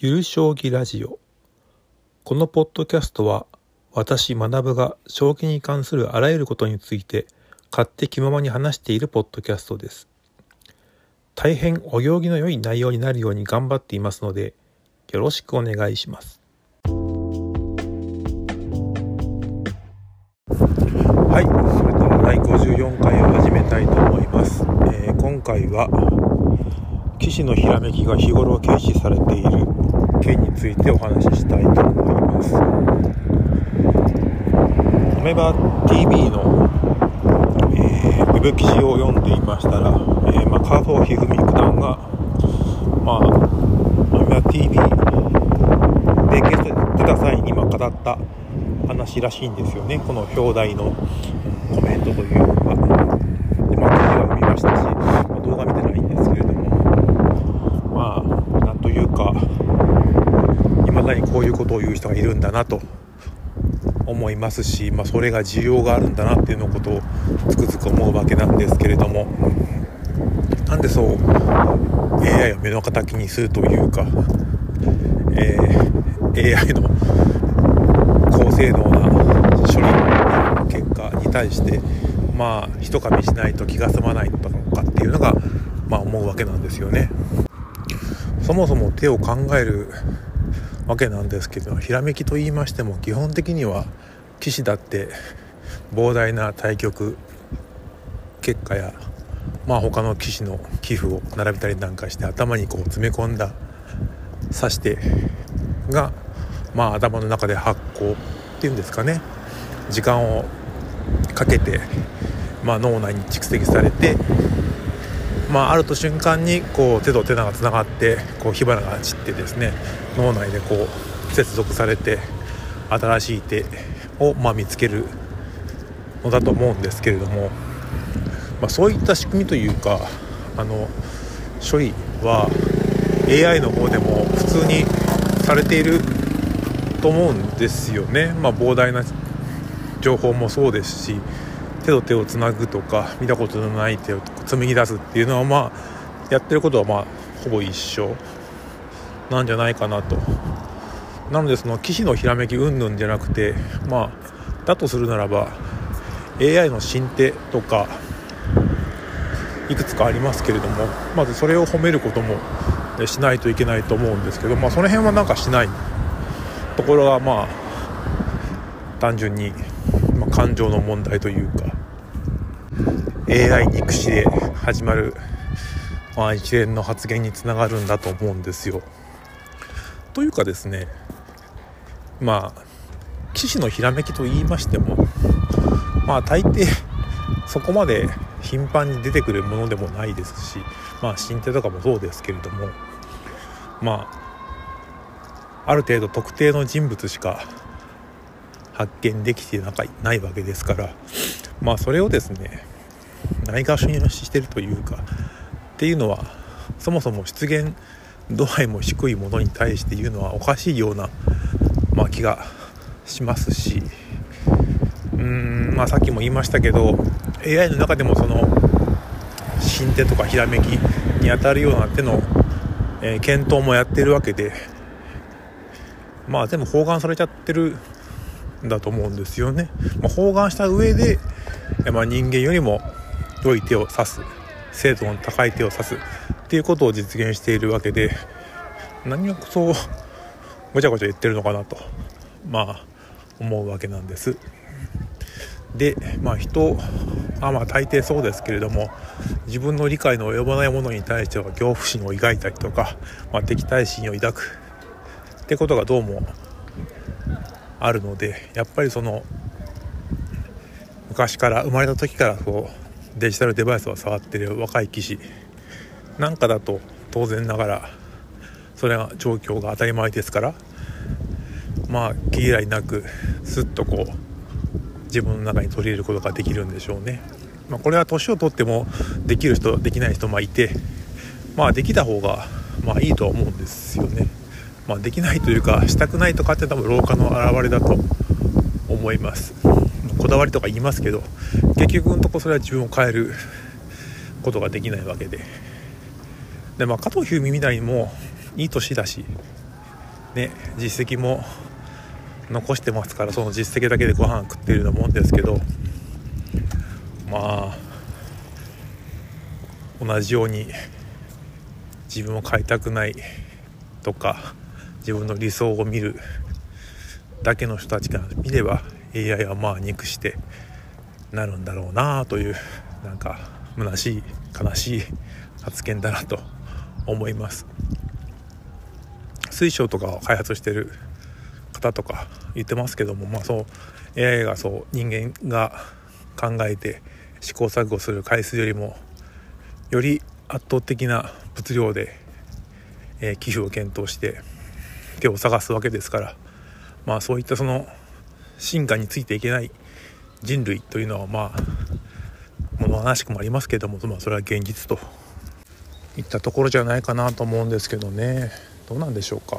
ゆる将棋ラジオ。このポッドキャストは私学が将棋に関するあらゆることについて勝手気ままに話しているポッドキャストです。大変お行儀の良い内容になるように頑張っていますのでよろしくお願いします。はい、それでは第54回を始めたいと思います。今回は棋士のひらめきが日頃軽視されている件についてお話ししたいと思います。アメバ TV の、ウェブ記事を読んでいましたら、加藤一二三九段が、アメバ TV でゲストで出た際に語った話らしいんですよね。この表題のコメントというのが。で、記事は読みましたし、動画見てないんですけれども、なんというか未だにこういうことを言う人がいるんだなと思いますし、それが需要があるんだなっていうのことをつくづく思うわけなんですけれども、なんでそう AI を目の敵にするというか、AI の高性能な処理の結果に対して一噛みしないと気が済まないのかっていうのが思うわけなんですよね。そもそも手を考えるわけなんですけど、ひらめきと言いましても基本的には棋士だって膨大な対局結果や他の棋士の棋譜を並べたりなんかして頭に詰め込んだ指し手が頭の中で発酵っていうんですかね、時間をかけて脳内に蓄積されて、あると瞬間に手と手がつながって火花が散ってですね、脳内で接続されて新しい手を見つけるのだと思うんですけれども、そういった仕組みというか処理は AI の方でも普通にされていると思うんですよね。膨大な情報もそうですし、手と手をつなぐとか見たことのない手を紡ぎ出すっていうのはやってることはほぼ一緒なんじゃないかなと。なのでその棋士のひらめき云々じゃなくて、だとするならば AI の新手とかいくつかありますけれども、まずそれを褒めることもしないといけないと思うんですけど、その辺はしないところは単純に感情の問題というか AI 憎しで始まる一連の発言につながるんだと思うんですよ。というかですね、棋士のひらめきと言いましても大抵そこまで頻繁に出てくるものでもないですし、新手とかもそうですけれども、ある程度特定の人物しか発見できてないわけですから、それをですねないがしろにしてるというかっていうのは、そもそも出現度合いも低いものに対して言うのはおかしいような、気がしますし、さっきも言いましたけど AI の中でもその新手とかひらめきに当たるような手の、検討もやってるわけで、全部包含されちゃってるんだと思うんですよね。包含した上で、人間よりも良い手を指す、精度の高い手を指すっていうことを実現しているわけで、何をそうごちゃごちゃ言ってるのかなと思うわけなんです。で人は大抵そうですけれども、自分の理解の及ばないものに対しては恐怖心を抱いたりとか、敵対心を抱くってことがどうもあるので、やっぱりその昔から生まれた時からデジタルデバイスを触っている若い棋士なんかだと当然ながらそれが状況が当たり前ですから、気嫌いなくスッと自分の中に取り入れることができるんでしょうね。これは年を取ってもできる人できない人もいて、できた方がいいとは思うんですよね。できないというかしたくないとかって多分老化の表れだと思います。こだわりとか言いますけど、結局のところそれは自分を変えることができないわけで、加藤一二三みたいにもいい年だしね、実績も残してますから、その実績だけでご飯食ってるようなもんですけど、まあ同じように自分を変えたくないとか、自分の理想を見るだけの人たちから見れば AI はまあ憎してなるんだろうなという、なんか虚しい悲しい発言だなと思います。水晶とかを開発している方とか言ってますけども、まあそう AI がそう人間が考えて試行錯誤する回数よりもより圧倒的な物量で、寄付を検討して手を探すわけですから、まあそういったその進化についていけない人類というのはまあ物悲しくもありますけれども、まあそれは現実といったところじゃないかなと思うんですけどね。どうなんでしょうか。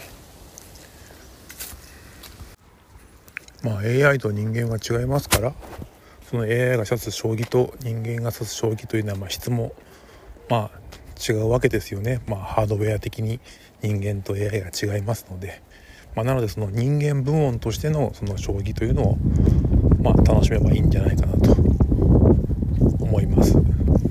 まあ AI と人間は違いますから、その AI が指す将棋と人間が指す将棋というのはまあ質もまあ違うわけですよね。まあハードウェア的に人間と AI が違いますので、まあ、なのでその人間部門としてのその将棋というのをまあ楽しめばいいんじゃないかなと思います。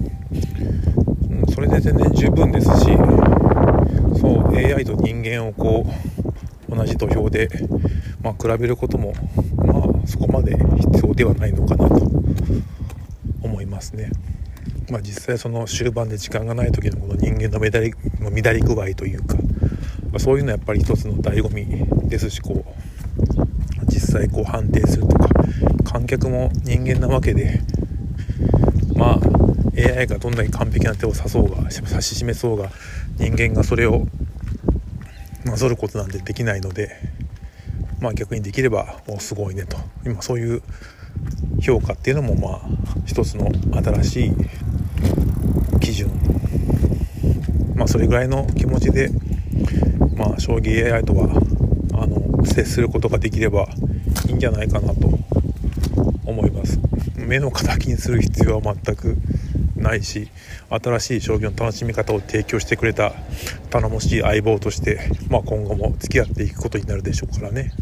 それで全然十分ですし、そう AI と人間をこう同じ土俵で、まあ、比べることもまあそこまで必要ではないのかなと思いますね。まあ、実際その終盤で時間がない時のこの人間の乱れ具合というか、そういうのはやっぱり一つの醍醐味ですし、こう実際こう判定するとか、観客も人間なわけで、まあ AI がどんなに完璧な手を指そうが指し示そうが、人間がそれをなぞることなんてできないので、まあ逆にできればすごいねと、今そういう評価っていうのもまあ一つの新しい基準、まあそれぐらいの気持ちでまあ将棋 AI とは接することができればいいんじゃないかなと思います。目の敵にする必要は全くないし、新しい将棋の楽しみ方を提供してくれた頼もしい相棒として、まあ、今後も付き合っていくことになるでしょうからね。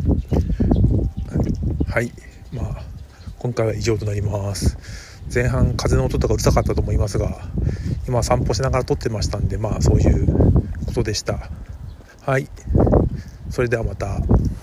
はい、まあ今回は以上となります。前半風の音とかうるさかったと思いますが、今散歩しながら撮ってましたんで、まあそういうことでした。はい、それではまた。